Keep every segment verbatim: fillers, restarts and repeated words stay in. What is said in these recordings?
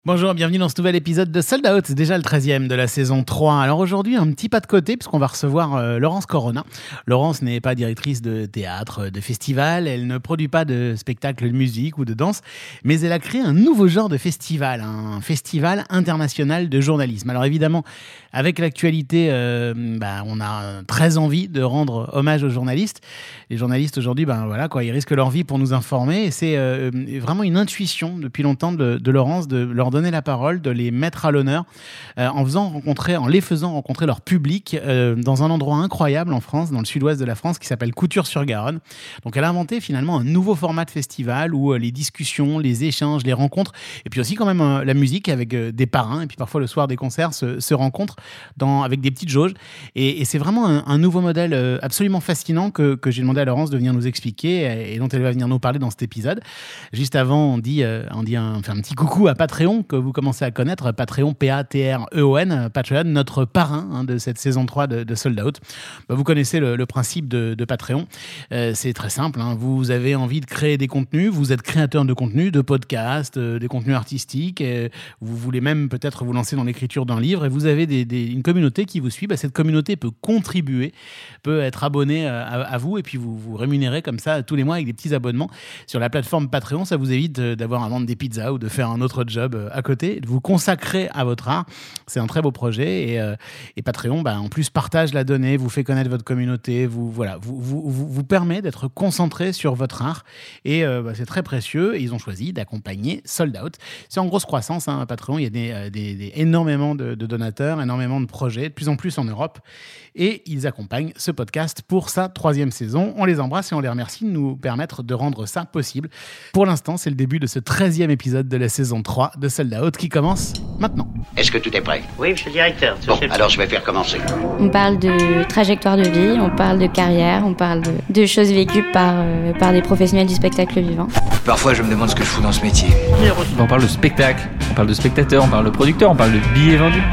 Bonjour, bienvenue dans ce nouvel épisode de Sold Out, c'est déjà le treizième de la saison trois. Alors aujourd'hui, un petit pas de côté, puisqu'on va recevoir euh, Laurence Corona. Laurence n'est pas directrice de théâtre, de festival, elle ne produit pas de spectacles de musique ou de danse, mais elle a créé un nouveau genre de festival, un festival international de journalisme. Alors évidemment, avec l'actualité, euh, bah, on a très envie de rendre hommage aux journalistes. Les journalistes aujourd'hui, ben voilà, quoi, ils risquent leur vie pour nous informer, et c'est euh, vraiment une intuition depuis longtemps de, de Laurence de leur donner la parole, de les mettre à l'honneur euh, en, faisant rencontrer, en les faisant rencontrer leur public euh, dans un endroit incroyable en France, dans le sud-ouest de la France, qui s'appelle Couture-sur-Garonne. Donc elle a inventé finalement un nouveau format de festival où euh, les discussions, les échanges, les rencontres, et puis aussi quand même euh, la musique avec euh, des parrains, et puis parfois le soir des concerts se, se rencontrent dans, avec des petites jauges. Et, et c'est vraiment un, un nouveau modèle euh, absolument fascinant que, que j'ai demandé à Laurence de venir nous expliquer et, et dont elle va venir nous parler dans cet épisode. Juste avant, on dit, euh, on dit un, enfin, un petit coucou à Patreon, que vous commencez à connaître, Patreon, P A T R E O N, Patreon, notre parrain hein, de cette saison trois de, de Sold Out. Bah, vous connaissez le, le principe de, de Patreon. Euh, c'est très simple. Hein. Vous avez envie de créer des contenus, vous êtes créateur de contenus, de podcasts, euh, des contenus artistiques, et vous voulez même peut-être vous lancer dans l'écriture d'un livre, et vous avez des, des, une communauté qui vous suit. Bah, cette communauté peut contribuer, peut être abonnée à, à vous, et puis vous vous rémunérez comme ça tous les mois avec des petits abonnements. Sur la plateforme Patreon, ça vous évite d'avoir à vendre des pizzas ou de faire un autre job à côté, de vous consacrer à votre art. C'est un très beau projet et, euh, et Patreon, bah, en plus, partage la donnée, vous fait connaître votre communauté, vous, voilà, vous, vous, vous, vous permet d'être concentré sur votre art et euh, bah, c'est très précieux et ils ont choisi d'accompagner Sold Out. C'est en grosse croissance, hein, Patreon, il y a des, euh, des, des, énormément de, de donateurs, énormément de projets, de plus en plus en Europe et ils accompagnent ce podcast pour sa troisième saison. On les embrasse et on les remercie de nous permettre de rendre ça possible. Pour l'instant, c'est le début de ce treizième épisode de la saison trois de Sold Out qui commence maintenant. Est-ce que tout est prêt? Oui, monsieur le directeur. Bon, alors je vais faire commencer. On parle de trajectoire de vie, on parle de carrière, on parle de, de choses vécues par, euh, par des professionnels du spectacle vivant. Parfois, je me demande ce que je fous dans ce métier. On parle de spectacle, on parle de spectateur, on parle de producteur, on parle de billets vendus.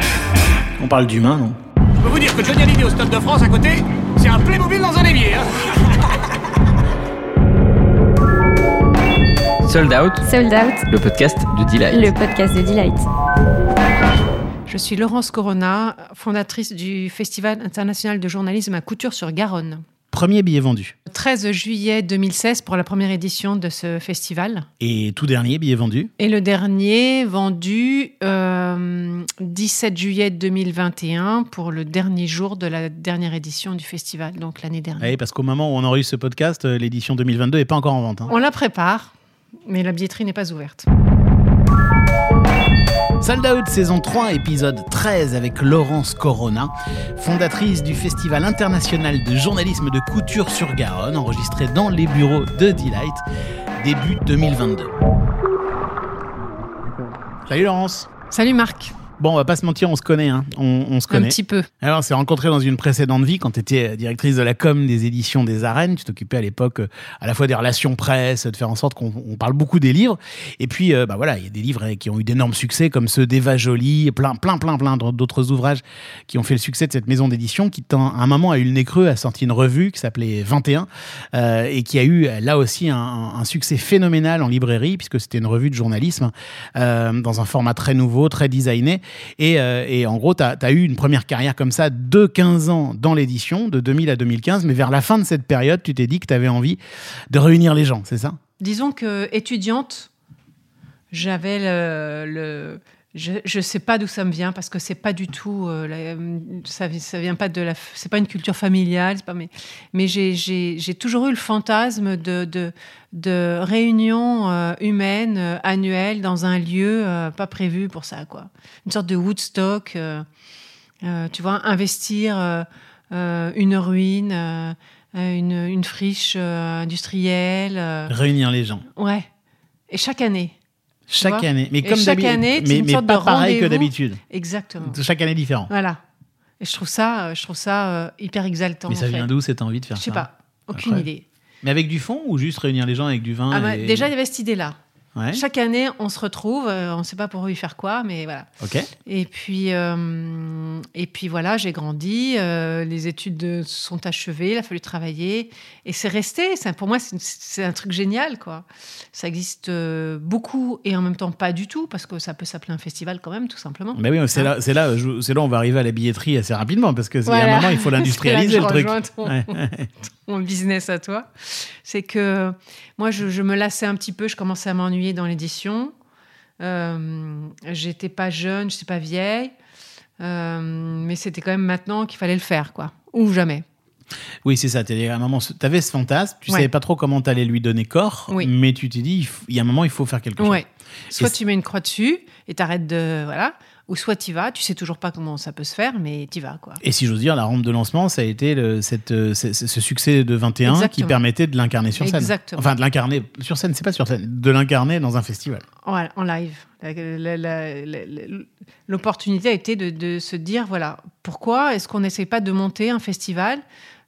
On parle d'humain, non? Je peux vous dire que Johnny Hallyday au Stade de France à côté, c'est un Playmobil dans un évier. Hein. Sold Out, Sold Out, le podcast de Delight. le podcast de Delight. Je suis Laurence Corona, fondatrice du Festival international de journalisme à Couture-sur-Garonne. Premier billet vendu. treize juillet deux mille seize pour la première édition de ce festival. Et tout dernier billet vendu. Et le dernier vendu euh, dix-sept juillet deux mille vingt et un pour le dernier jour de la dernière édition du festival, donc l'année dernière. Oui, parce qu'au moment où on enregistre ce podcast, l'édition deux mille vingt-deux n'est pas encore en vente. Hein. On la prépare, mais la billetterie n'est pas ouverte. Sold Out, saison trois, épisode treize, avec Laurence Corona, fondatrice du Festival international de journalisme de Couture-sur-Garonne, enregistré dans les bureaux de Delight, début deux mille vingt-deux. Salut Laurence. Salut Marc. Bon, on va pas se mentir, on se connaît, hein. on, on se connaît. Un petit peu. Alors, on s'est rencontrés dans une précédente vie quand tu étais directrice de la com des éditions des Arènes. Tu t'occupais à l'époque à la fois des relations presse, de faire en sorte qu'on on parle beaucoup des livres. Et puis, euh, bah voilà, il y a des livres qui ont eu d'énormes succès, comme ceux d'Eva Joly, plein, plein, plein, plein d'autres ouvrages qui ont fait le succès de cette maison d'édition, qui, à un moment, a eu le nez creux, a sorti une revue qui s'appelait vingt et un, euh, et qui a eu, là aussi, un, un succès phénoménal en librairie, puisque c'était une revue de journalisme, euh, dans un format très nouveau, très designé. Et, euh, et en gros, tu as eu une première carrière comme ça de quinze ans dans l'édition, de deux mille à deux mille quinze, mais vers la fin de cette période, tu t'es dit que tu avais envie de réunir les gens, c'est ça? Disons qu'étudiante, j'avais le... le... Je ne sais pas d'où ça me vient, parce que c'est pas du tout... Euh, la, ça, ça vient pas de la... C'est pas une culture familiale, c'est pas, mais, mais j'ai, j'ai, j'ai toujours eu le fantasme de... de de réunions euh, humaines euh, annuelles dans un lieu euh, pas prévu pour ça, quoi. Une sorte de Woodstock, euh, euh, tu vois, investir euh, euh, une ruine, euh, une, une friche euh, industrielle. Euh, Réunir les gens. Ouais. Et chaque année. Chaque année. Mais Et comme chaque année, mais, mais pas pareil que rendez-vous. d'habitude. Exactement. Chaque année différent. Voilà. Et je trouve ça, je trouve ça euh, hyper exaltant. Mais ça en vient fait. d'où cette envie de faire ça? Je sais pas. Aucune Après. idée. Mais avec du fond ou juste réunir les gens avec du vin Ah bah, et... Déjà, il y avait cette idée-là. Ouais. Chaque année, on se retrouve. euh, on ne sait pas pour y faire quoi, mais voilà. Ok. Et puis, euh, et puis voilà, j'ai grandi. euh, les études de- sont achevées. Il a fallu travailler. Et c'est resté. Ça, pour moi, c'est, c'est un truc génial, quoi. Ça existe euh, beaucoup et en même temps pas du tout, parce que ça peut s'appeler un festival quand même, tout simplement. Mais oui, c'est Hein. là, c'est là, je- c'est là où on va arriver à la billetterie assez rapidement parce que c'est Voilà. à un moment il faut l'industrialiser C'est le là que je truc. rejoins ton, Ouais. ton business à toi. C'est que moi, je, je me lassais un petit peu. Je commençais à m'ennuyer dans l'édition. Euh, j'étais pas jeune, je suis pas vieille, euh, mais c'était quand même maintenant qu'il fallait le faire, quoi, ou jamais. Oui, c'est ça. Tu avais ce fantasme, tu Ouais. savais pas trop comment tu allais lui donner corps, Oui. mais tu t'es dit, il, faut- il y a un moment, il faut faire quelque chose. Ouais. Soit Et tu mets une croix dessus et t'arrêtes de voilà, ou soit tu vas. Tu sais toujours pas comment ça peut se faire, mais tu vas, quoi. Et si j'ose dire, la rampe de lancement, ça a été le- cette, euh, ce, ce succès de vingt et un qui Exactement. permettait de l'incarner sur scène. Exactement. Enfin, de l'incarner sur scène, c'est pas sur scène, de l'incarner dans un festival. Voilà, en live. La- la- la- la- la- L'opportunité a été de, de se dire, voilà, pourquoi est-ce qu'on n'essaie pas de monter un festival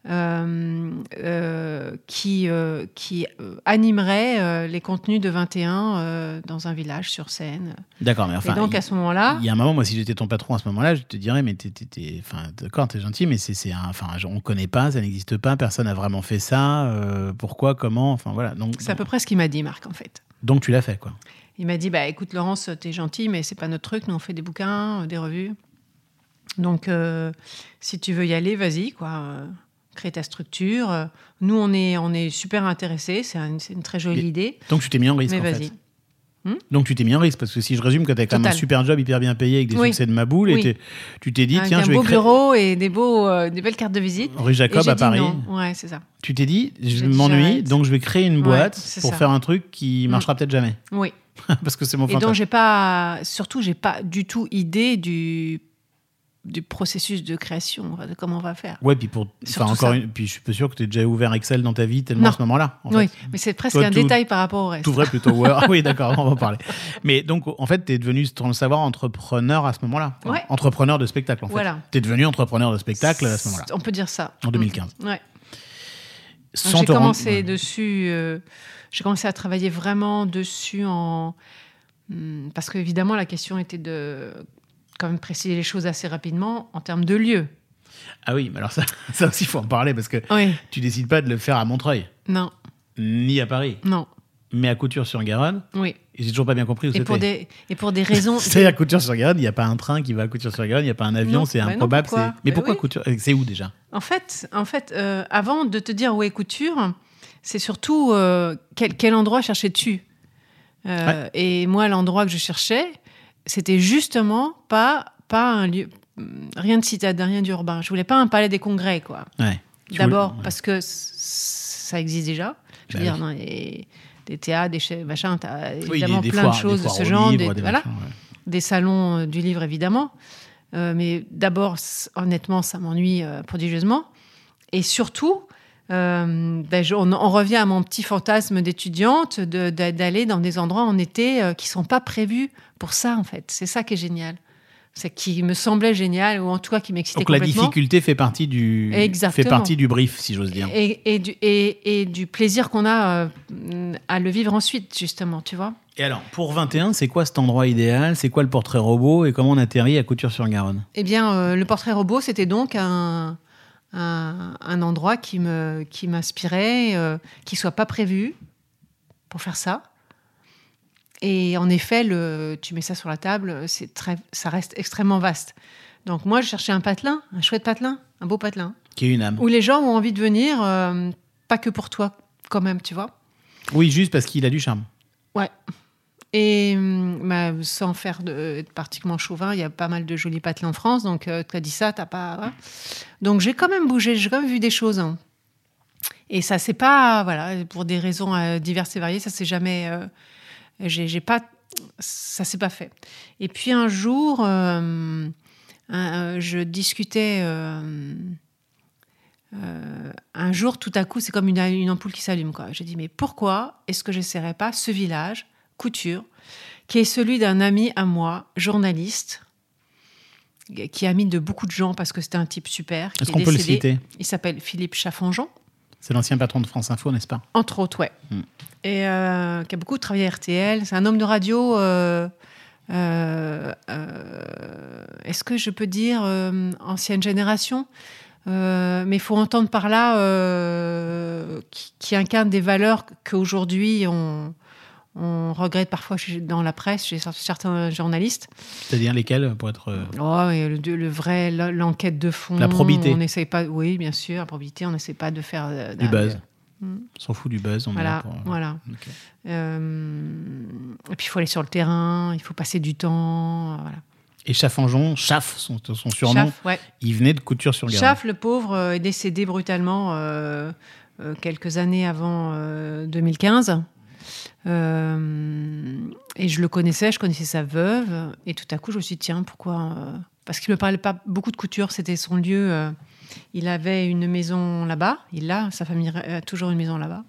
euh, euh, qui, euh, qui euh, animerait euh, les contenus de vingt et un euh, dans un village sur scène. D'accord, mais enfin. Et donc, il- à ce moment-là, Il y a un moment, moi, si j'étais ton patron à ce moment-là, je te dirais, mais t'es, t'es- t'es- enfin, d'accord, t'es gentil, mais c'est, c'est un, enfin, on connaît pas, ça n'existe pas, personne n'a vraiment fait ça. euh, pourquoi, comment, enfin voilà. Donc, c'est à peu près ce qu'il m'a dit, Marc, en fait. donc tu l'as fait, quoi. Il m'a dit, bah, écoute, Laurence, t'es gentille, mais c'est pas notre truc. Nous, on fait des bouquins, euh, des revues. Donc, euh, si tu veux y aller, vas-y, quoi. Euh, crée ta structure. Euh, Nous, on est, on est super intéressés. C'est, un- c'est une très jolie Mais- idée. Donc tu t'es mis en risque, Mais en vas-y. fait. Donc tu t'es mis en risque, parce que si je résume que t'as quand même un Total. super job hyper bien payé avec des Oui. succès de ma boule, et Oui. t'es- tu t'es dit, Avec tiens, un je vais beau créer bureau et des, beaux, euh, des belles cartes de visite. rue Et Jacob j'ai à dit Paris. non. Ouais, c'est ça. Tu t'es dit, je J'ai dit, m'ennuie, j'arrête. donc je vais créer une Ouais, boîte c'est pour ça. faire un truc qui Mm. marchera peut-être jamais. Oui. Parce que c'est mon Et donc, fantasme. j'ai pas, surtout, j'ai pas du tout idée du, du processus de création, enfin, de comment on va faire. Ouais, puis pour, enfin Surtout encore ça. une, puis je suis pas sûr que tu aies déjà ouvert Excel dans ta vie tellement Non. à ce moment-là. En Oui, fait. mais c'est presque Toi, un tout- détail par rapport au reste. T'ouvrais plutôt Word. Ah oui, d'accord, on va en parler. Mais donc, en fait, t'es devenu, sans le savoir, entrepreneur à ce moment-là. Enfin, Ouais. Entrepreneur de spectacle, en fait. Voilà. T'es devenu entrepreneur de spectacle à ce moment-là, On peut dire ça. en deux mille quinze. Mm. Ouais. Sans J'ai te rendre- commencé ouais. dessus. euh, j'ai commencé à travailler vraiment dessus en hmm, parce qu'évidemment la question était de quand même préciser les choses assez rapidement en termes de lieu. Ah oui, mais alors ça, ça aussi, il faut en parler parce que Oui. tu décides pas de le faire à Montreuil, Non. ni à Paris, Non. mais à Couture-sur-Garonne. Oui. Et j'ai toujours pas bien compris où Et c'était. pour des et pour des raisons. C'est à Couture-sur-Garonne, il n'y a pas un train qui va à Couture-sur-Garonne, il n'y a pas un avion, Non, c'est bah non, improbable. pourquoi c'est- Mais Bah pourquoi oui. Couture C'est où déjà En fait, en fait, euh, avant de te dire où est Couture, c'est surtout euh, quel, quel endroit cherchais-tu. Euh, Et moi, l'endroit que je cherchais, c'était justement pas pas un lieu, rien de citadin, rien d'urbain. Je voulais pas un palais des congrès, quoi. Ouais. Tu D'abord voulais- ouais. parce que c- ça existe déjà. Je veux Bah dire, oui. dans les, des théâtres, des chais- machin, t'as Oui, évidemment des plein foires- de choses des de foires ce au genre, livre, des, des voilà, machins, ouais. des salons euh, du livre évidemment. Euh, mais d'abord, c- honnêtement, ça m'ennuie euh, prodigieusement. Et surtout, euh, ben, je- on, on revient à mon petit fantasme d'étudiante de- d'a- d'aller dans des endroits en été euh, qui sont pas prévus pour ça, en fait. C'est ça qui est génial. C'est qui me semblait génial, ou en tout cas qui m'excitait Donc la complètement. difficulté fait partie du Exactement. fait partie du brief, si j'ose dire. Et, et, du, et, et du plaisir qu'on a euh, à le vivre ensuite, justement, tu vois. Et alors, pour vingt et un, c'est quoi cet endroit idéal? C'est quoi le portrait robot? Et comment on atterrit à Couture-sur-Garonne? Eh bien, euh, le portrait robot, c'était donc un, un, un endroit qui, me, qui m'inspirait, euh, qui soit pas prévu pour faire ça. Et en effet, le, tu mets ça sur la table, c'est très, ça reste extrêmement vaste. Donc moi, je cherchais un patelin, un chouette patelin, un beau patelin, Qui est une âme. où les gens ont envie de venir, euh, pas que pour toi, quand même, tu vois. Oui, juste parce qu'il a du charme. Ouais. Et hum, bah, sans faire de, être particulièrement chauvin, il y a pas mal de jolis patelins en France, donc euh, tu as dit ça, t'as pas. Voilà. Donc j'ai quand même bougé, j'ai quand même vu des choses. hein. Et ça, c'est pas. Voilà, pour des raisons euh, diverses et variées, ça, c'est jamais. Euh, j'ai, j'ai pas. Ça, s'est pas fait. Et puis un jour, euh, un- je discutais. Euh, euh, un jour, tout à coup, c'est comme une, une ampoule qui s'allume, quoi. J'ai dit, mais pourquoi est-ce que j'essaierais pas ce village, Couture, qui est celui d'un ami à moi, journaliste, qui est ami de beaucoup de gens parce que c'était un type super. Qui Est-ce est qu'on peut le décédé. citer? Il s'appelle Philippe Chaffanjon. C'est l'ancien patron de France Info, n'est-ce pas ? Entre autres, ouais. Mm. Et euh, qui a beaucoup travaillé à R T L. C'est un homme de radio. Euh, euh, euh, est-ce que je peux dire euh, ancienne génération ? Euh, mais il faut entendre par là euh, qui, qui incarne des valeurs qu'aujourd'hui on, on regrette parfois chez, dans la presse, chez certains journalistes. C'est-à-dire lesquels, pour être... euh, Oh, et le, le vrai, l'enquête de fond. La probité. On n'essaye pas, oui, bien sûr, la probité. On n'essaie pas de faire euh, Du buzz. Mm. On s'en fout du buzz. On est Voilà, là pour... voilà. Ok. Euh, et puis il faut aller sur le terrain, il faut passer du temps, voilà. Et Chaffanjon, Chaff, son, son surnom, Chaff, ouais. il venait de Couture-sur-Garonne. Chaff, le pauvre, euh, est décédé brutalement euh, euh, quelques années avant euh, deux mille quinze. Euh, et je le connaissais, je connaissais sa veuve. Et tout à coup, je me suis dit, tiens, pourquoi euh, parce qu'il ne me parlait pas beaucoup de couture, c'était son lieu. Euh, il avait une maison là-bas, il a, sa famille a toujours une maison là-bas.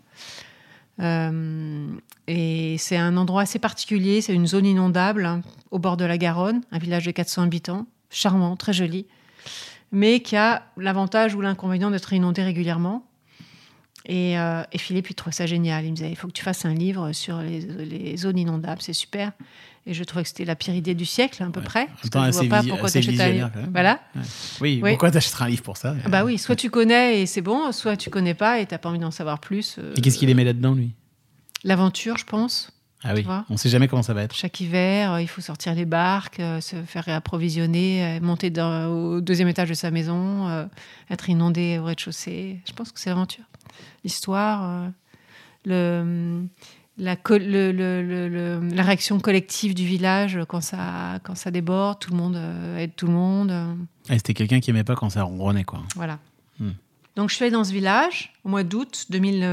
Euh, et c'est un endroit assez particulier, c'est une zone inondable, hein, au bord de la Garonne, un village de quatre cents habitants, charmant, très joli, mais qui a l'avantage ou l'inconvénient d'être inondé régulièrement. Et, euh, et Philippe, il trouvait ça génial. Il me disait, il faut que tu fasses un livre sur les, les zones inondables, c'est super. Et je trouvais que c'était la pire idée du siècle, à peu Ouais. près. En même Parce temps, que je assez vois pas visi- pourquoi assez t'achètes un livre. visionnaire, quand même. Voilà. Ouais. Oui, Oui. pourquoi t'achèteras un livre pour ça ? Ah bah oui, soit tu connais et c'est bon, soit tu connais pas et t'as pas envie d'en savoir plus. euh, Et qu'est-ce qu'il aimait là-dedans, lui ? L'aventure, je pense. Ah oui, Tu vois ? on ne sait jamais comment ça va être. Chaque hiver, euh, il faut sortir les barques, euh, se faire réapprovisionner, euh, monter dans- au deuxième étage de sa maison, euh, être inondé au rez-de-chaussée. Je pense que c'est l'aventure. L'histoire, euh, le, la, co- le- le- le- le- la réaction collective du village quand ça, quand ça déborde, tout le monde euh, aide tout le monde. euh, Ah, c'était quelqu'un qui aimait pas quand ça ronronnait, quoi. voilà. Hmm. Donc je suis allée dans ce village au mois d'août deux mille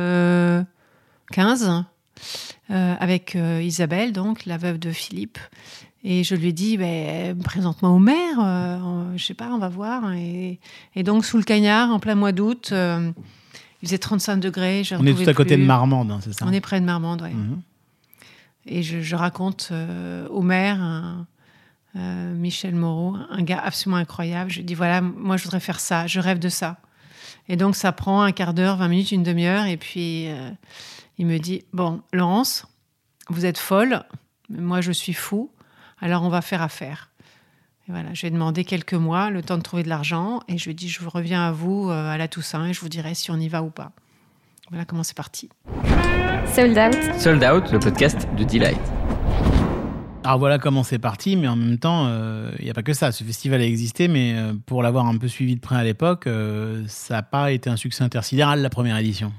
quinze euh, avec euh, Isabelle, donc la veuve de Philippe. Et je lui ai dit, ben, présente-moi au maire, euh, on- je sais pas, on va voir. Et, et donc sous le cagnard, en plein mois d'août, euh, il faisait trente-cinq degrés. On est tout à côté de Marmande, hein, c'est ça ? On est près de Marmande, ouais. Mhm. Et je, je raconte euh, au maire, un- euh, Michel Moreau, un gars absolument incroyable. Je lui dis, voilà, moi je voudrais faire ça, je rêve de ça. Et donc ça prend un quart d'heure, vingt minutes, une demi-heure. Et puis euh, il me dit, bon, Laurence, vous êtes folle, mais moi je suis fou, alors on va faire affaire. Et voilà, je lui ai demandé quelques mois, le temps de trouver de l'argent. Et je lui ai dit, je vous reviens à vous euh, à la Toussaint et je vous dirai si on y va ou pas. Voilà comment c'est parti. Sold Out. Sold Out, le podcast de Delight. Alors voilà comment c'est parti, mais en même temps, il euh, n'y a pas que ça. Ce festival a existé, mais euh, pour l'avoir un peu suivi de près à l'époque, euh, ça n'a pas été un succès intersidéral, la première édition.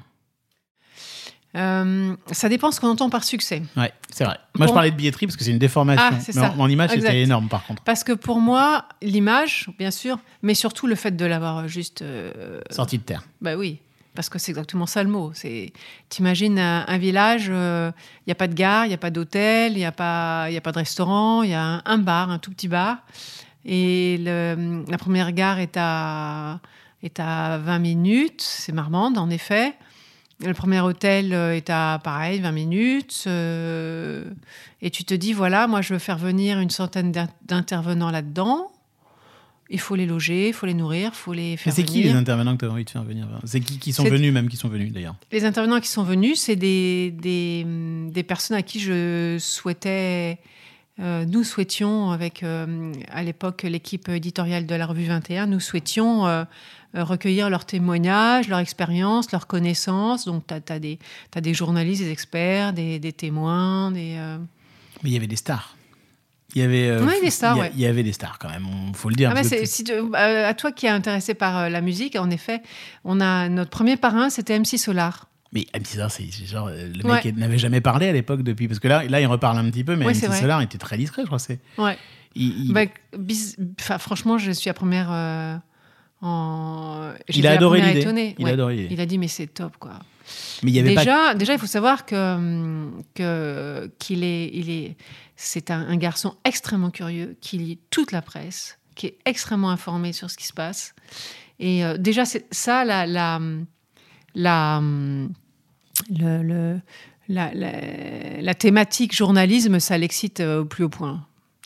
Euh, ça dépend ce qu'on entend par succès. Ouais, c'est vrai. Moi, Bon. je parlais de billetterie parce que c'est une déformation. Ah, c'est mais ça. en, en image, Exact. c'était énorme, par contre. Parce que pour moi, l'image, bien sûr, mais surtout le fait de l'avoir juste... euh, Sortie de terre. Bah oui, parce que c'est exactement ça le mot. C'est, t'imagines un, un village, il euh, n'y a pas de gare, il n'y a pas d'hôtel, il n'y a, pas- y a pas de restaurant, il y a un, un bar, un tout petit bar. Et le, la première gare est à, est à vingt minutes, c'est Marmande, en effet. Le premier hôtel euh, est à, pareil, vingt minutes. euh, et tu te dis, voilà, moi, je veux faire venir une centaine d'in- d'intervenants là-dedans. Il faut les loger, il faut les nourrir, il faut les Mais faire c'est venir. qui les intervenants que tu as envie de faire venir ? C'est qui qui sont C'est- venus, même qui sont venus, d'ailleurs ? Les intervenants qui sont venus, c'est des, des, des personnes à qui je souhaitais... euh, nous souhaitions, avec euh, à l'époque l'équipe éditoriale de la revue vingt et un, nous souhaitions euh, euh, recueillir leurs témoignages, leur expérience, leurs connaissances. Donc, tu as des, t'as des journalistes, des experts, des, des témoins, des... euh, Mais il y avait des stars. Il y avait, euh, Oui, des stars, il y a- ouais. Il y avait des stars, quand même, il faut le dire. Ah bah parce que c'est, si tu- euh, à toi qui es intéressé par euh, la musique, en effet, on a notre premier parrain, c'était M C Solar. Mais M C Solar, c'est c'est genre, euh, le Ouais. mec n'avait jamais parlé à l'époque depuis. Parce que là, là il reparle un petit peu, mais Ouais, M c'est C vrai. Solar était très discret, je crois. C'est, Ouais. il, il- Bah, bis- enfin, franchement, je suis la première euh, en. Il j'étais a la adoré première l'idée. étonnée. Il a Ouais. adoré l'idée. Il a dit, mais c'est top, quoi. mais il y avait pas. Déjà, déjà, il faut savoir que, hum, que qu'il est, il est, c'est un, un garçon extrêmement curieux qui lit toute la presse, qui est extrêmement informé sur ce qui se passe. Et euh, déjà, c'est ça, la, la, la, hum, le, le- la, la, la thématique journalisme, ça l'excite euh, au plus haut point.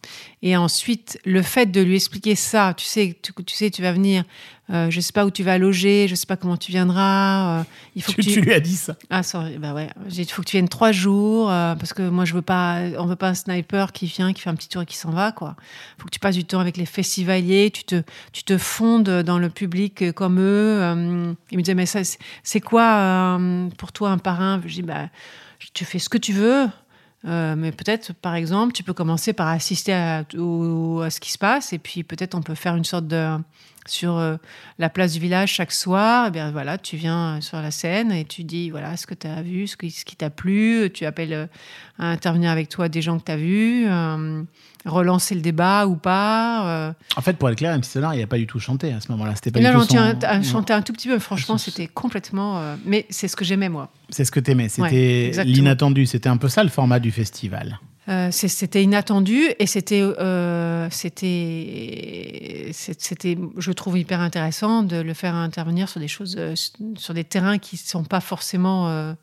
Et ensuite, le fait de lui expliquer ça, tu sais, tu, tu sais, tu vas venir, euh, je sais pas où tu vas loger, je sais pas comment tu viendras. Euh, il faut Tu, que tu... tu lui as dit ça. Ah, sorry, bah ouais. Il faut que tu viennes trois jours, euh, parce que moi, je veux pas, on veut pas un sniper qui vient, qui fait un petit tour et qui s'en va, quoi. Il faut que tu passes du temps avec les festivaliers, tu te, tu te fondes dans le public comme eux. Euh, il me disait, mais ça, c'est, c'est quoi euh, pour toi un parrain? Je dis, bah, tu fais ce que tu veux. Euh, mais peut-être, par exemple, tu peux commencer par assister à, au, à ce qui se passe, et puis peut-être on peut faire une sorte de... sur euh, la place du village chaque soir. Et bien voilà, tu viens sur la scène et tu dis voilà ce que tu as vu, ce qui, ce qui t'a plu. Tu appelles euh, à intervenir avec toi des gens que tu as vus, euh, relancer le débat ou pas. Euh. En fait, pour être clair, M C Solar, il n'a pas du tout chanté à ce moment-là. C'était pas Et là, du tout on tient son... à chanter un tout petit peu. Franchement, C'est- c'était complètement. Euh, mais c'est ce que j'aimais moi. C'est ce que t'aimais. C'était Ouais, exactement. l'inattendu. C'était un peu ça le format du festival. Euh, c'est- c'était inattendu et c'était, euh, c'était, c'est- c'était, je trouve hyper intéressant de le faire intervenir sur des choses, euh, sur des terrains qui ne sont pas forcément euh,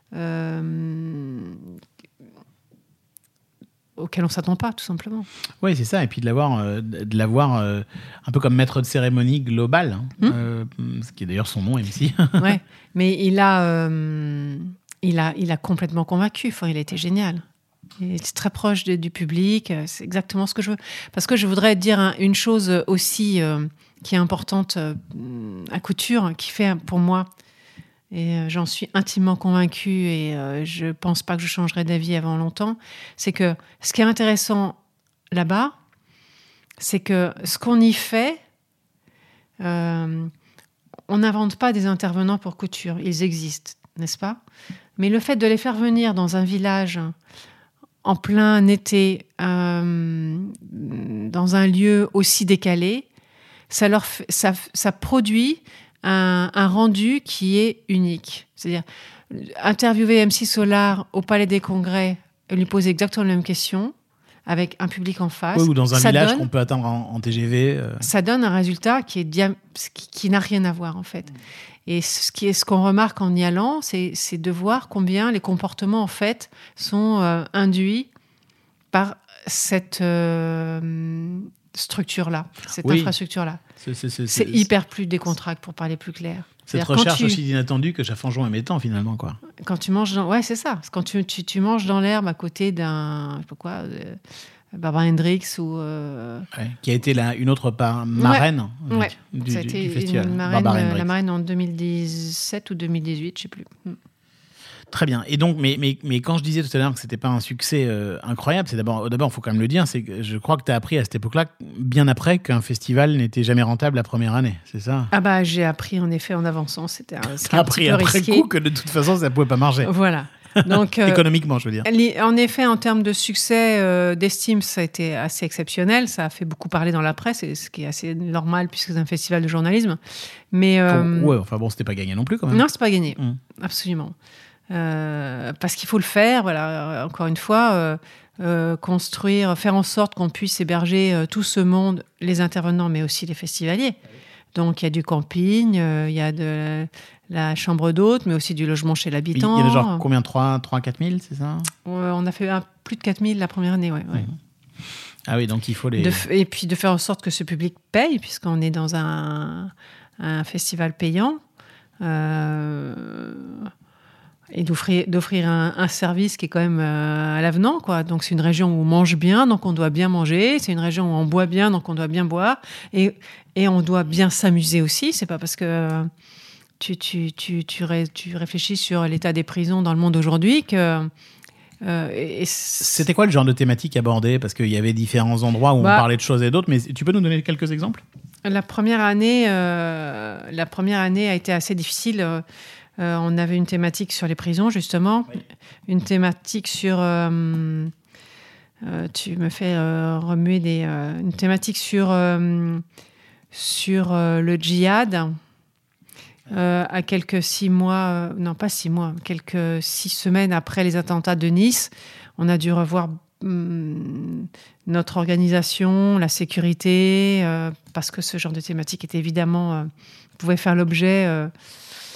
euh, auxquels on ne s'attend pas, tout simplement. Oui, c'est ça. Et puis de l'avoir, euh, de l'avoir euh, un peu comme maître de cérémonie global, hein, Hmm. euh, ce qui est d'ailleurs son nom, M C. Ouais, mais il a, euh, il a, il a complètement convaincu. Enfin, il a été génial. Il est très proche de- du public. C'est exactement ce que je veux. Parce que je voudrais dire un- une chose aussi euh, qui est importante euh, à Couture, qui fait pour moi, et euh, j'en suis intimement convaincue, et euh, je ne pense pas que je changerai d'avis avant longtemps, c'est que ce qui est intéressant là-bas, c'est que ce qu'on y fait, euh, on n'invente pas des intervenants pour Couture. Ils existent, n'est-ce pas? Mais le fait de les faire venir dans un village en plein été, euh, dans un lieu aussi décalé, ça, leur fait- ça, ça produit un, un rendu qui est unique. C'est-à-dire, interviewer M C Solar au Palais des Congrès, lui poser exactement la même question, avec un public en face. Oui, ou dans un ça village donne- qu'on peut atteindre en, en T G V. euh. ça donne un résultat qui, est dia- qui, qui n'a rien à voir, en fait. Et ce, qui est, ce qu'on remarque en y allant, c'est, c'est de voir combien les comportements, en fait, sont euh, induits par cette euh, structure-là, cette Oui. infrastructure-là. C'est, c'est- c'est- C'est c'est- hyper plus décontracté, pour parler plus clair. Cette C'est-à-dire, quand recherche tu- aussi d'inattendu que Chaffanjon aimait tant, finalement, quoi. Quand tu manges dans... Ouais, c'est ça. C'est quand tu, tu, tu manges dans l'herbe à côté d'un... Je sais pas quoi... euh, Barbara Hendricks ou... euh, Ouais, qui a été la, une autre par, marraine euh, Ouais. du, ça a du- été du festival. une marraine, Barbara euh, Hendricks. la marraine en deux mille dix-sept ou deux mille dix-huit, je sais plus. Mm. Très bien. Et donc, mais, mais, mais quand je disais tout à l'heure que c'était pas un succès euh, incroyable, c'est d'abord, d'abord, il faut quand même le dire, c'est que je crois que tu as appris à cette époque-là, bien après, qu'un festival n'était jamais rentable la première année, c'est ça? Ah bah j'ai appris en effet en avançant, c'était un, c'était Tu as un appris petit peu après risqué. coup que de toute façon, ça pouvait pas marcher. Voilà. Donc euh, Économiquement, je veux dire. li- en effet, en termes de succès, euh, d'estime, ça a été assez exceptionnel. Ça a fait beaucoup parler dans la presse, et ce qui est assez normal puisque c'est un festival de journalisme. Mais euh, Ouais, enfin bon, c'était pas gagné non plus quand même. non, c'est pas gagné, Mm. absolument. Euh, parce qu'il faut le faire. Voilà, encore une fois, euh, euh, construire, faire en sorte qu'on puisse héberger euh, tout ce monde, les intervenants, mais aussi les festivaliers. Donc il y a du camping, euh, il y a de la chambre d'hôte, mais aussi du logement chez Il l'habitant. y en a genre combien? trois à quatre mille, c'est ça? Euh, on a fait un- plus de quatre mille la première année, ouais. ouais. Ah oui, donc il faut les. De f- et puis de faire en sorte que ce public paye, puisqu'on est dans un, un festival payant. Euh, et d'offrir, d'offrir un, un service qui est quand même euh, à l'avenant, quoi. Donc c'est une région où on mange bien, donc on doit bien manger. C'est une région où on boit bien, donc on doit bien boire. Et, et on doit bien s'amuser aussi. C'est pas parce que euh, tu, tu, tu, tu, ré- tu réfléchis sur l'état des prisons dans le monde aujourd'hui que... euh, et- et c- C'était quoi le genre de thématique abordée? Parce qu'il y avait différents endroits où Bah- on parlait de choses et d'autres, mais tu peux nous donner quelques exemples? La première année, euh, la première année a été assez difficile. Euh, euh, on avait une thématique sur les prisons, justement, une thématique sur. euh, euh, tu me fais euh, remuer des. euh, une thématique sur euh, sur euh, le djihad. Euh, à quelques six mois, euh, non pas six mois, quelques six semaines après les attentats de Nice, on a dû revoir hum, notre organisation, la sécurité, euh, parce que ce genre de thématique était évidemment euh, pouvait faire l'objet euh,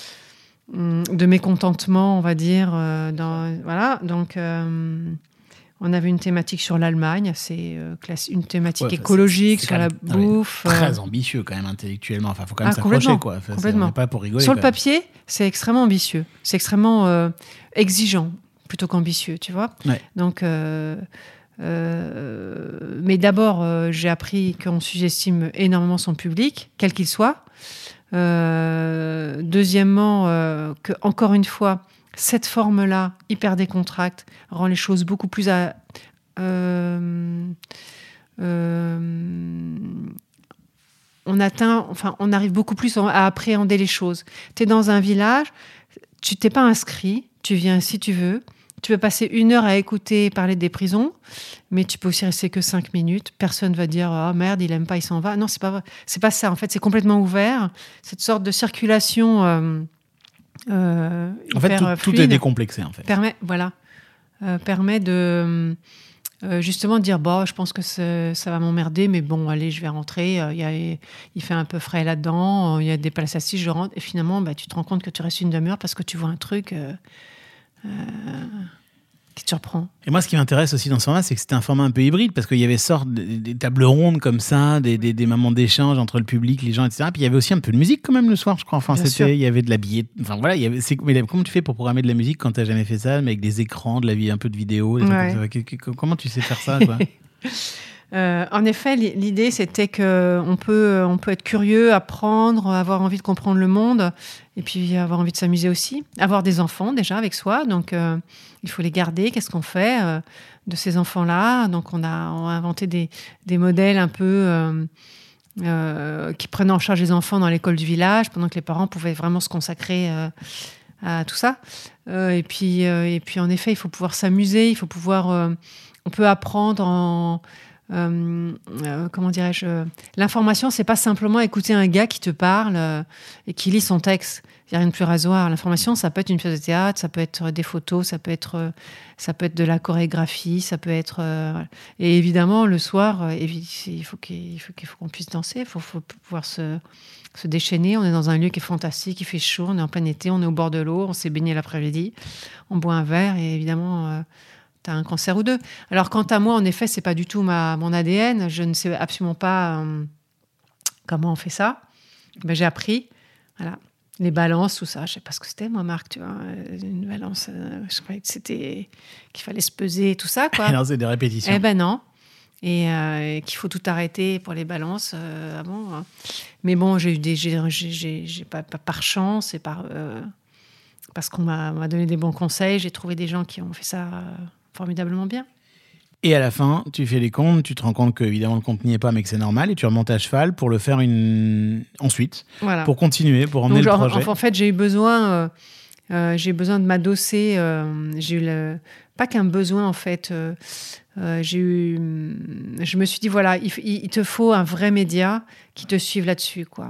hum, de mécontentement, on va dire. Euh, dans, voilà, donc euh, on avait une thématique sur l'Allemagne, c'est euh, classe, une thématique Ouais, enfin, écologique c'est- c'est sur la quand même- ah ouais, bouffe. euh, Très ambitieux quand même intellectuellement. Enfin, faut quand même Ah, s'accrocher complètement, quoi. Enfin, c'est- complètement. on n'est pas pour rigoler. Sur le quoi. papier, c'est extrêmement ambitieux. C'est extrêmement euh, exigeant plutôt qu'ambitieux, tu vois. Ouais. Donc, euh, euh, mais d'abord, euh, j'ai appris qu'on sous-estime énormément son public, quel qu'il soit. Euh, deuxièmement, euh, que encore une fois, cette forme-là, hyper décontracte, rend les choses beaucoup plus à, euh, euh, on atteint, enfin, on arrive beaucoup plus à appréhender les choses. Tu es dans un village, tu t'es pas inscrit, tu viens si tu veux. Tu peux passer une heure à écouter parler des prisons, mais tu peux aussi rester que cinq minutes. Personne va dire ah oh, merde, il aime pas, il s'en va. Non, c'est pas vrai. C'est pas ça. En fait, c'est complètement ouvert. Cette sorte de circulation. Euh, euh, En fait, hyper, tout, euh, tout est fluide décomplexé en fait. permet, voilà, euh, permet de euh, justement dire bon, je pense que c'est- ça va m'emmerder, mais bon, allez, je vais rentrer. Euh, il y a- il fait un peu frais là-dedans. euh, Il y a des places assises, je rentre. Et finalement, bah, tu te rends compte que tu restes une demi-heure parce que tu vois un truc. Euh, euh, qui te surprend. Et moi, ce qui m'intéresse aussi dans ce format, c'est que c'était un format un peu hybride, parce qu'il y avait sorte des, des tables rondes comme ça, des, des, des moments d'échange entre le public, les gens, et cetera. Puis il y avait aussi un peu de musique quand même le soir, je crois. Enfin, Bien c'était, sûr. il y avait de la billet. Enfin voilà, il y avait. C'est, mais comment tu fais pour programmer de la musique quand t'as jamais fait ça, mais avec des écrans, de la vie, un peu de vidéo, des trucs Ouais. comme ça. Que- que- Comment tu sais faire ça, quoi? Euh, en effet, li- l'idée, c'était qu'on peut, on peut être curieux, apprendre, avoir envie de comprendre le monde, et puis avoir envie de s'amuser aussi. Avoir des enfants, déjà, avec soi. Donc, euh, il faut les garder. Qu'est-ce qu'on fait euh, de ces enfants-là? Donc, on a, on a inventé des, des modèles un peu... euh, euh, qui prenaient en charge les enfants dans l'école du village, pendant que les parents pouvaient vraiment se consacrer euh, à tout ça. Euh, et, puis, euh, et puis, en effet, il faut pouvoir s'amuser, il faut pouvoir... euh, on peut apprendre en... Euh, euh, comment dirais-je euh, l'information, c'est pas simplement écouter un gars qui te parle euh, et qui lit son texte. Il n'y a rien de plus rasoir. L'information, ça peut être une pièce de théâtre, ça peut être des photos, ça peut être, euh, ça peut être de la chorégraphie, ça peut être... euh, voilà. Et évidemment, le soir, euh, évi- il faut qu'il il faut, qu'il faut qu'on puisse danser, il faut, faut pouvoir se, se déchaîner. On est dans un lieu qui est fantastique, il fait chaud, on est en plein été, on est au bord de l'eau, on s'est baigné l'après-midi, on boit un verre et évidemment... Euh, t'as un cancer ou deux. Alors, quant à moi, en effet, c'est pas du tout ma, mon A D N. Je ne sais absolument pas euh, comment on fait ça. Ben, j'ai appris. Voilà. Les balances, tout ça. Je sais pas ce que c'était, moi, Marc, tu vois. Une balance, euh, je croyais que c'était... qu'il fallait se peser, tout ça, quoi. Non, c'est des répétitions. Eh ben non. Et euh, qu'il faut tout arrêter pour les balances. Euh, ah bon, hein. Mais bon, j'ai eu des... J'ai, j'ai, j'ai, j'ai pas, pas par chance et par... Euh, parce qu'on m'a, m'a donné des bons conseils. J'ai trouvé des gens qui ont fait ça... Euh, formidablement bien. Et à la fin, tu fais les comptes, tu te rends compte que évidemment le compte n'y est pas, mais que c'est normal, et tu remontes à cheval pour le faire une... ensuite, Voilà. pour continuer, pour emmener Donc, le genre, projet. en, en fait, j'ai eu besoin, euh, euh, j'ai eu besoin de m'adosser. Euh, j'ai eu le, pas qu'un besoin en fait. Euh, euh, j'ai eu, je me suis dit voilà, il, il te faut un vrai média qui te suive là-dessus, quoi.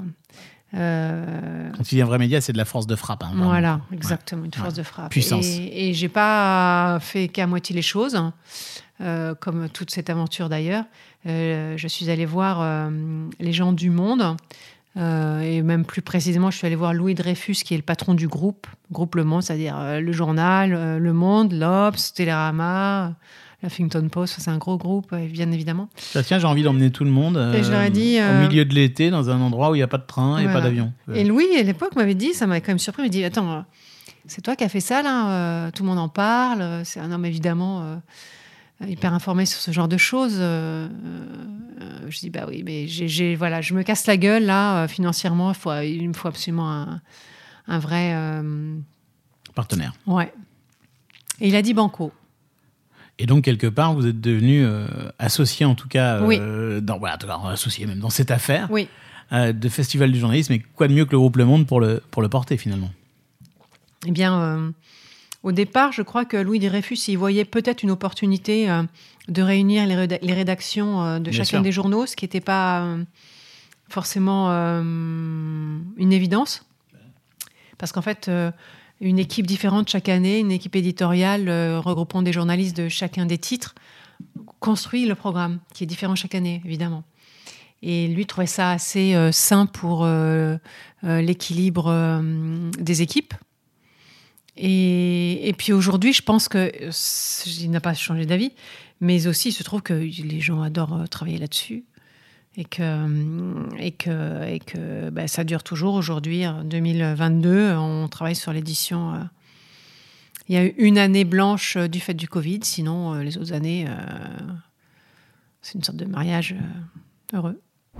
Euh, Quand tu dis un vrai média, c'est de la force de frappe. Hein, vraiment. Voilà, exactement, une Ouais. force de frappe. Puissance. Et, et j'ai pas fait qu'à moitié les choses, hein, euh, comme toute cette aventure d'ailleurs. Euh, je suis allée voir euh, les gens du Monde, euh, et même plus précisément, je suis allée voir Louis Dreyfus, qui est le patron du groupe, groupe Le Monde, c'est-à-dire euh, le journal, euh, Le Monde, l'Obs, Télérama, Huffington Post, c'est un gros groupe, euh, bien évidemment. Tiens, tiens, j'ai envie d'emmener tout le monde Et je leur ai dit, au euh, milieu de l'été, dans un endroit où il n'y a pas de train et Voilà. pas d'avion. Et Louis, à l'époque, m'avait dit, ça m'avait quand même surpris, il m'a dit, attends, euh, c'est toi qui as fait ça, là, euh, tout le monde en parle, euh, c'est un homme évidemment euh, hyper informé sur ce genre de choses. euh, euh, je dis, bah oui, mais j'ai, j'ai, voilà, je me casse la gueule, là, euh, financièrement, il, faut, il me faut absolument un, un vrai... euh, Partenaire. ouais. Et il a dit banco. Et donc, quelque part, vous êtes devenu euh, associé, en tout cas, euh, Oui. dans, voilà, en tout cas, associé même dans cette affaire Oui. euh, de Festival du journalisme. Et quoi de mieux que le groupe Le Monde pour le, pour le porter, finalement? Eh bien, euh, au départ, je crois que Louis Dreyfus, il voyait peut-être une opportunité euh, de réunir les, réda- les rédactions euh, de Bien chacun sûr. des journaux, ce qui n'était pas euh, forcément euh, une évidence. Parce qu'en fait, euh, une équipe différente chaque année, une équipe éditoriale euh, regroupant des journalistes de chacun des titres, construit le programme, qui est différent chaque année, évidemment. Et lui trouvait ça assez euh, sain pour euh, euh, l'équilibre euh, des équipes. Et, et puis aujourd'hui, je pense que il n'a pas changé d'avis, mais aussi il se trouve que les gens adorent travailler là-dessus et que, et que, et que ben, ça dure toujours aujourd'hui. En deux mille vingt-deux, on travaille sur l'édition. Euh, il y a eu une année blanche du fait du Covid, sinon euh, les autres années, euh, c'est une sorte de mariage euh, heureux.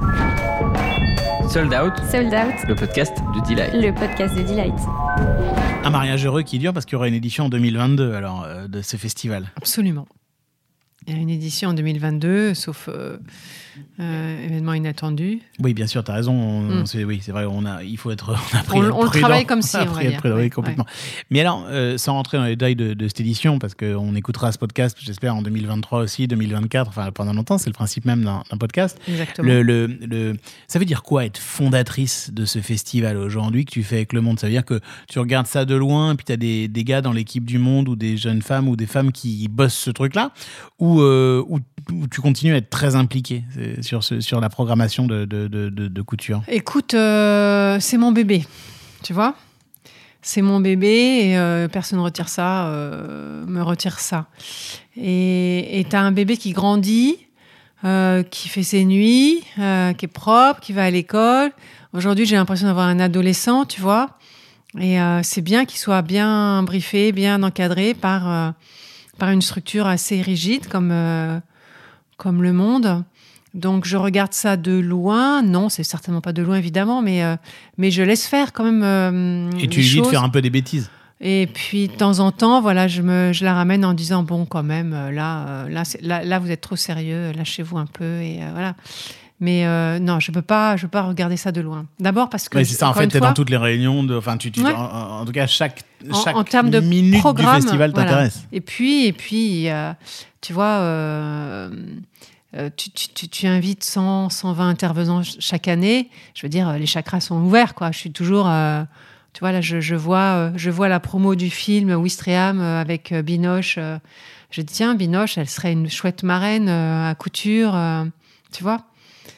Sold Out, Sold Out, le podcast de Delight. le podcast de Delight. Un mariage heureux qui dure parce qu'il y aura une édition en deux mille vingt-deux alors, euh, de ce festival. Absolument. Il y a une édition en deux mille vingt-deux, sauf euh, euh, événement inattendu. Oui, bien sûr, tu as raison. On, Mm. c'est, oui, c'est vrai, on a, il faut être on a pris On, être on le prudent. travaille comme si, On a on va pris être dire. prudent, oui, Ouais, complètement. Mais alors, euh, sans rentrer dans les détails de, de cette édition, parce qu'on écoutera ce podcast, j'espère, en deux mille vingt-trois aussi, deux mille vingt-quatre, enfin pendant longtemps, c'est le principe même d'un, d'un podcast. Exactement. Le, le, le, ça veut dire quoi être fondatrice de ce festival aujourd'hui que tu fais avec Le Monde? Ça veut dire que tu regardes ça de loin, et puis tu as des, des gars dans l'équipe du Monde ou des jeunes femmes ou des femmes qui bossent ce truc-là, ou, euh, ou, ou tu continues à être très impliqué euh, sur, ce, sur la programmation de, de, de, de, de couture? Écoute, euh, c'est mon bébé, tu vois. C'est mon bébé et euh, personne ne retire ça, euh, me retire ça. Et tu as un bébé qui grandit, euh, qui fait ses nuits, euh, qui est propre, qui va à l'école. Aujourd'hui, j'ai l'impression d'avoir un adolescent, tu vois. Et euh, c'est bien qu'il soit bien briefé, bien encadré par, euh, par une structure assez rigide comme, euh, comme Le Monde. Donc, je regarde ça de loin. Non, c'est certainement pas de loin, évidemment, mais, euh, mais je laisse faire quand même euh, Et tu les lui dis de choses. faire un peu des bêtises. Et puis, de temps en temps, voilà, je, me, je la ramène en disant, bon, quand même, euh, là, euh, là, c'est- là, là, vous êtes trop sérieux, lâchez-vous un peu, et euh, voilà. Mais euh, non, je peux pas, je peux pas regarder ça de loin. D'abord parce que, Ouais, c'est ça, en encore fait, une tu es fois, dans toutes les réunions. De, enfin, tu, tu, Ouais. en, en tout cas, chaque, En- chaque en termes de minute programme, du festival voilà. t'intéresse. Et puis, et puis euh, tu vois, euh, euh, tu, tu, tu, tu invites cent, cent vingt intervenants ch- chaque année. Je veux dire, les chakras sont ouverts, quoi. Je suis toujours... euh, tu vois, là, je, je, vois, euh, je vois la promo du film Ouistreham euh, avec euh, Binoche. euh, je dis, tiens, Binoche, elle serait une chouette marraine euh, à couture. euh, tu vois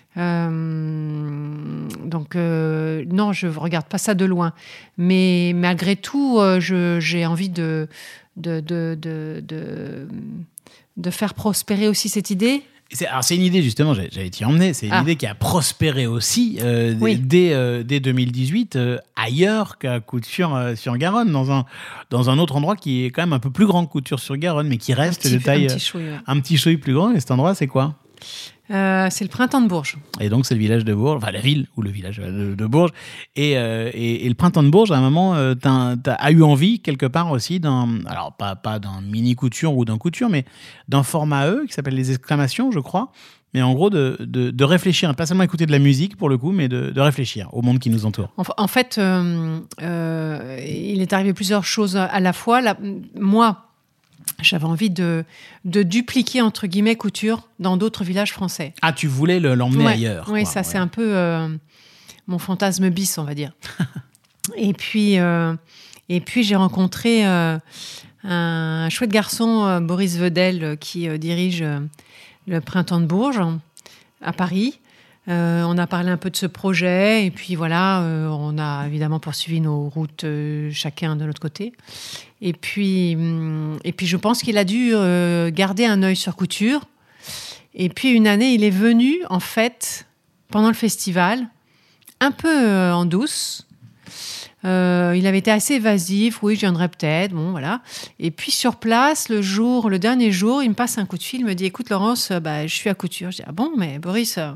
Euh, donc, euh, non, je ne regarde pas ça de loin. Mais malgré tout, euh, je, j'ai envie de, de, de, de, de, de faire prospérer aussi cette idée. C'est, alors, c'est une idée, justement, j'allais, j'allais t'y emmener. C'est une Ah. idée qui a prospéré aussi euh, Oui. dès, euh, dès deux mille dix-huit, euh, ailleurs qu'à Couture-sur-Garonne, dans un, dans un autre endroit qui est quand même un peu plus grand que Couture-sur-Garonne, mais qui reste Un petit- de taille. un petit chouille, ouais. Un petit chouille plus grand. Et cet endroit, c'est quoi? Euh, c'est le printemps de Bourges. Et donc, c'est le village de Bourges, enfin la ville ou le village de, de Bourges. Et, euh, et, et le printemps de Bourges, à un moment, euh, t'as, t'as as eu envie, quelque part aussi, d'un. Alors, pas, pas d'un mini-couture ou d'un couture, mais d'un format E qui s'appelle les exclamations, je crois. Mais en gros, de, de, de réfléchir, pas seulement écouter de la musique pour le coup, mais de, de réfléchir au monde qui nous entoure. En, en fait, euh, euh, il est arrivé plusieurs choses à la fois. La, moi, j'avais envie de, de dupliquer, entre guillemets, couture dans d'autres villages français. Ah, tu voulais le, l'emmener Ouais, ailleurs. Oui, quoi, ça, ouais. c'est un peu euh, mon fantasme bis, on va dire. et, puis, euh, et puis, j'ai rencontré euh, un chouette garçon, euh, Boris Vedel, euh, qui euh, dirige euh, le Printemps de Bourges, à Paris. Euh, on a parlé un peu de ce projet, et puis voilà, euh, on a évidemment poursuivi nos routes, euh, chacun de notre côté. Et puis, hum, et puis je pense qu'il a dû euh, garder un œil sur couture. Et puis une année, il est venu, en fait, pendant le festival, un peu euh, en douce. Euh, il avait été assez évasif, oui, je viendrai peut-être, bon, voilà. Et puis sur place, le jour, le dernier jour, il me passe un coup de fil, il me dit, écoute Laurence, euh, bah, je suis à couture. Je dis, ah bon, mais Boris, euh,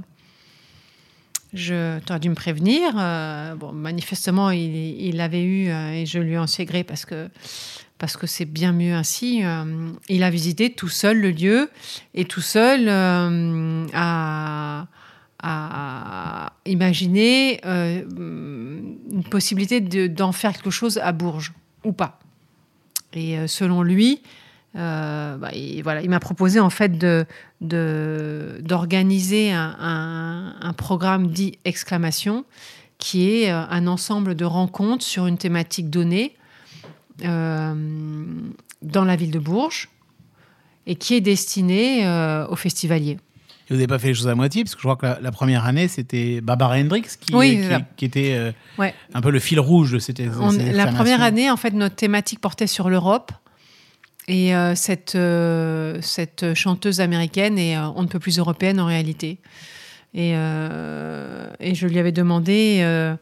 je t'aurais dû me prévenir. Euh, bon, manifestement, il, il l'avait eu euh, et je lui en suis gré parce que parce que c'est bien mieux ainsi. Euh, il a visité tout seul le lieu et tout seul euh, à, à imaginer euh, une possibilité de, d'en faire quelque chose à Bourges ou pas. Et euh, selon lui, euh, bah, il, voilà, il m'a proposé en fait de, de, d'organiser un, un, un programme dit exclamation, qui est euh, un ensemble de rencontres sur une thématique donnée euh, dans la ville de Bourges et qui est destiné euh, aux festivaliers. Et vous n'avez pas fait les choses à moitié, parce que je crois que la, la première année, c'était Barbara Hendricks qui, Oui, qui, la... qui était euh, ouais. un peu le fil rouge de cette, On, cette La première année, en fait, notre thématique portait sur l'Europe. Et euh, cette, euh, cette chanteuse américaine est euh, on ne peut plus européenne en réalité. Et, euh, et je lui avais demandé euh,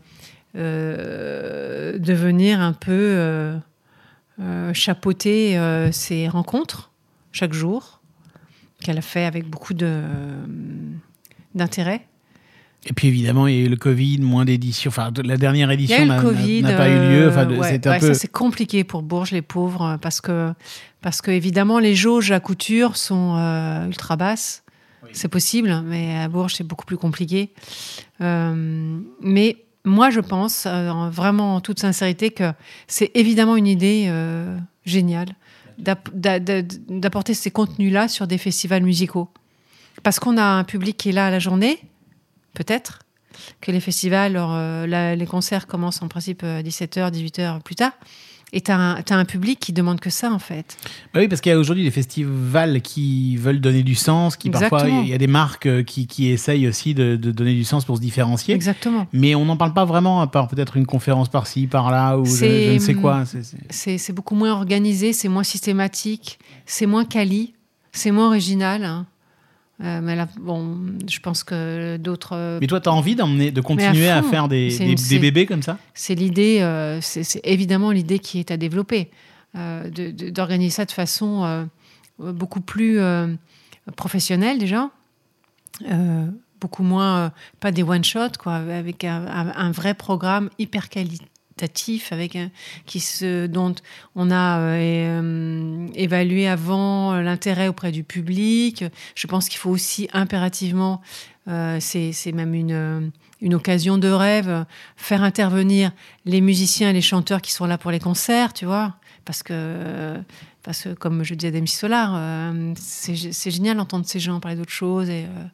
euh, de venir un peu euh, euh, chapeauter euh, ces rencontres chaque jour, qu'elle a fait avec beaucoup de, euh, d'intérêt. Et puis évidemment, il y a eu le Covid, moins d'éditions. Enfin, la dernière édition n'a, COVID, n'a pas eu lieu. Enfin, euh, ouais, c'est un ouais, peu... ça, c'est compliqué pour Bourges, les pauvres, parce que, parce que évidemment, les jauges à couture sont euh, ultra basses. Oui. C'est possible, mais à Bourges, c'est beaucoup plus compliqué. Euh, mais moi, je pense, euh, vraiment en toute sincérité, que c'est évidemment une idée euh, géniale d'app- d'apporter ces contenus-là sur des festivals musicaux. Parce qu'on a un public qui est là à la journée, peut-être, que les festivals, alors, euh, la, les concerts commencent en principe à dix-sept heures, dix-huit heures plus tard. Et tu as un, un public qui demande que ça, en fait. Bah oui, parce qu'il y a aujourd'hui des festivals qui veulent donner du sens, qui Exactement. parfois, il y a des marques qui, qui essayent aussi de, de donner du sens pour se différencier. Exactement. Mais on n'en parle pas vraiment, à part peut-être une conférence par-ci, par-là, ou je, je ne sais quoi. C'est, c'est... C'est, c'est beaucoup moins organisé, c'est moins systématique, c'est moins quali, c'est moins original, hein. Euh, mais là, bon, je pense que d'autres. Mais toi, tu as envie d'emmener, de continuer à, à faire des, des, des bébés comme ça ? C'est l'idée, euh, c'est, c'est évidemment l'idée qui est à développer, euh, de, de, d'organiser ça de façon euh, beaucoup plus euh, professionnelle déjà, euh, beaucoup moins, euh, pas des one-shots, quoi, avec un, un, un vrai programme hyper qualitatif. Avec un, qui se, dont on a euh, évalué avant l'intérêt auprès du public. Je pense qu'il faut aussi impérativement, euh, c'est, c'est même une, une occasion de rêve, faire intervenir les musiciens et les chanteurs qui sont là pour les concerts, tu vois, parce que, parce que comme je disais d'M C Solar, euh, c'est, c'est génial d'entendre ces gens parler d'autres choses et... Euh,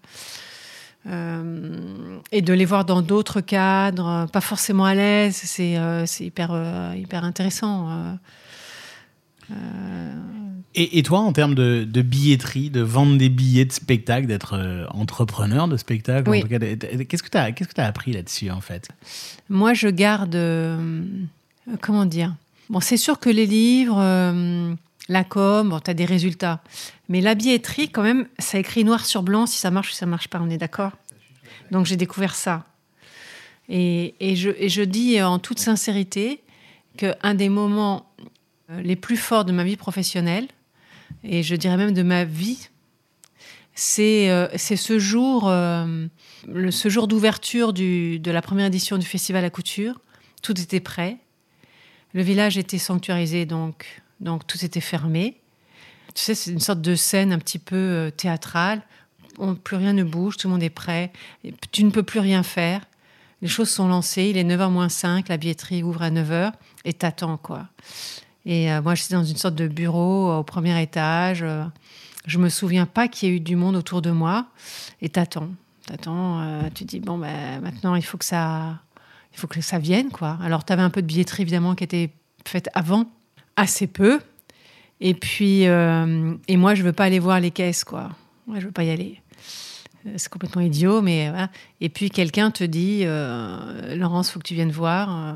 Euh, et de les voir dans d'autres cadres, pas forcément à l'aise, c'est, euh, c'est hyper, euh, hyper intéressant. Euh, euh... Et, et toi, en termes de, de billetterie, de vendre des billets de spectacle, d'être euh, entrepreneur de spectacle, oui. en tout cas, qu'est-ce que tu as, qu'est-ce que tu as appris là-dessus, en fait ? Moi, je garde... Euh, comment dire ? Bon, c'est sûr que les livres... Euh, la com, bon, tu as des résultats. Mais la billetterie, quand même, ça écrit noir sur blanc si ça marche ou si ça ne marche pas, on est d'accord ? Donc, j'ai découvert ça. Et, et, je, et je dis en toute sincérité qu'un des moments les plus forts de ma vie professionnelle, et je dirais même de ma vie, c'est, euh, c'est ce jour, euh, le, ce jour d'ouverture du, de la première édition du Festival à Couture. Tout était prêt. Le village était sanctuarisé, donc... Donc, tout était fermé. Tu sais, c'est une sorte de scène un petit peu euh, théâtrale. On, plus rien ne bouge, tout le monde est prêt. Et tu ne peux plus rien faire. Les choses sont lancées. Il est neuf heures moins cinq. La billetterie ouvre à neuf heures. Et t'attends, quoi. Et euh, moi, j'étais dans une sorte de bureau euh, au premier étage. Euh, je ne me souviens pas qu'il y ait eu du monde autour de moi. Et t'attends. T'attends. Euh, tu te dis, bon, ben, maintenant, il faut que ça, il faut que ça vienne, quoi. Alors, tu avais un peu de billetterie, évidemment, qui était faite avant. Assez peu. Et puis, euh, et moi, je veux pas aller voir les caisses, quoi. Moi, je veux pas y aller. C'est complètement idiot, mais voilà. Et puis, quelqu'un te dit, euh, Laurence, faut que tu viennes voir. Euh,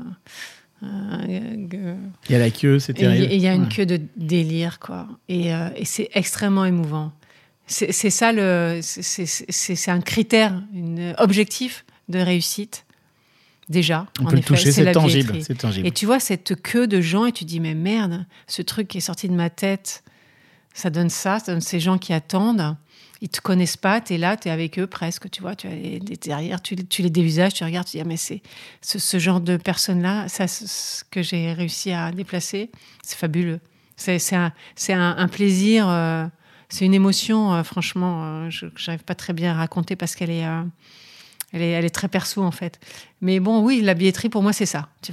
euh, il y a la queue, c'est terrible. Et il y a une ouais. queue de délire, quoi. Et, euh, et c'est extrêmement émouvant. C'est, c'est ça le, c'est, c'est, c'est, c'est un critère, un objectif de réussite. Déjà, on en peut effet, le toucher, c'est, c'est, la tangible, c'est tangible. Et tu vois cette queue de gens et tu dis, mais merde, ce truc qui est sorti de ma tête, ça donne ça, ça donne ces gens qui attendent. Ils te connaissent pas, tu es là, tu es avec eux presque, tu vois, tu es derrière, tu, tu les dévisages, tu regardes, tu dis, ah, mais c'est ce, ce genre de personnes-là, ça, ce que j'ai réussi à déplacer, c'est fabuleux. C'est, c'est, un, c'est un, un plaisir, euh, c'est une émotion, euh, franchement, euh, je n'arrive pas très bien à raconter parce qu'elle est... Euh, Elle est, elle est très perso, en fait. Mais bon, oui, la billetterie, pour moi, c'est ça, tu vois.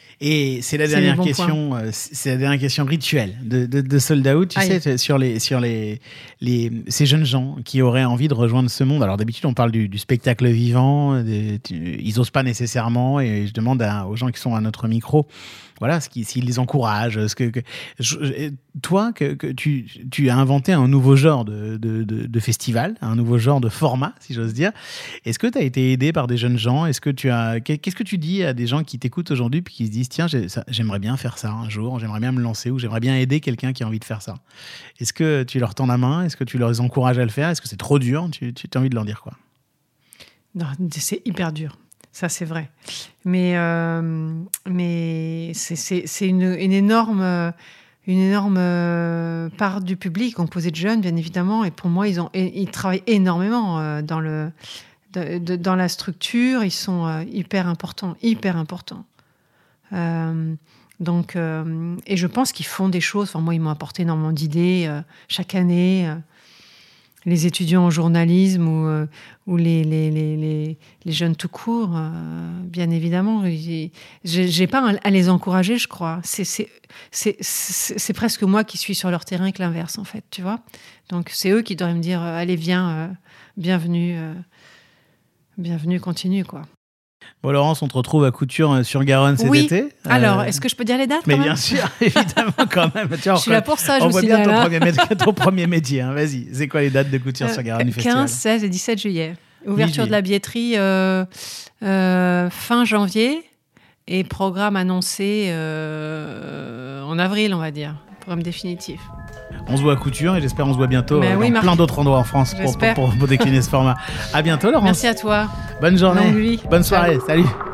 Et c'est la C'est dernière les bons question, euh, c'est la dernière question rituelle de, de, de Sold Out. Tu Aïe. sais, sur les sur les les ces jeunes gens qui auraient envie de rejoindre ce monde. Alors d'habitude, on parle du, du spectacle vivant. Des, tu, ils osent pas nécessairement. Et je demande à, aux gens qui sont à notre micro, voilà, ce qui, s'ils les encouragent. Ce que, que je, toi, que, que tu tu as inventé un nouveau genre de de, de de festival, un nouveau genre de format, si j'ose dire. Est-ce que tu as été aidé par des jeunes gens? Est-ce que tu as qu'est-ce que tu dis à des gens qui t'écoutent aujourd'hui puis qui se disent tiens, j'ai, ça, j'aimerais bien faire ça un jour, j'aimerais bien me lancer ou j'aimerais bien aider quelqu'un qui a envie de faire ça. Est-ce que tu leur tends la main? Est-ce que tu leur encourages à le faire? Est-ce que c'est trop dur? Tu, tu as envie de leur dire quoi? Non, c'est hyper dur. Ça, c'est vrai. Mais, euh, mais c'est, c'est, c'est une, une énorme, une énorme part du public composée de jeunes, bien évidemment. Et pour moi, ils, ont, ils travaillent énormément dans, le, de, de, dans la structure. Ils sont hyper importants, hyper importants. Euh, donc, euh, et je pense qu'ils font des choses. Enfin, moi, ils m'ont apporté énormément d'idées euh, chaque année. Euh, les étudiants en journalisme ou, euh, ou les, les, les, les, les jeunes tout court, euh, bien évidemment. J'ai, j'ai pas à les encourager, je crois. C'est, c'est, c'est, c'est, c'est presque moi qui suis sur leur terrain que l'inverse, en fait, tu vois. Donc, c'est eux qui devraient me dire euh, allez, viens, euh, bienvenue, euh, bienvenue, continue, quoi. Bon, Laurence, on te retrouve à Couture-sur-Garonne cet oui. été. Alors, Euh, est-ce que je peux dire les dates Mais quand bien même sûr, évidemment, quand même. Tu vois, Je suis là pour ça, je on vous voit bien signale, ton hein. premier, métier, ton premier métier. Hein. Vas-y, c'est quoi les dates de Couture-sur-Garonne du festival? quinze, seize et dix-sept juillet. Ouverture juillet. de la billetterie euh, euh, fin janvier et programme annoncé euh, en avril, on va dire. Programme définitif. On se voit à Couture et j'espère on se voit bientôt Mais euh, oui, dans Marc. plein d'autres endroits en France pour, pour, J'espère. pour, pour décliner ce format. À bientôt, Laurence. Merci à toi. Bonne journée. Longue vie. Bonne Ciao. soirée. Salut.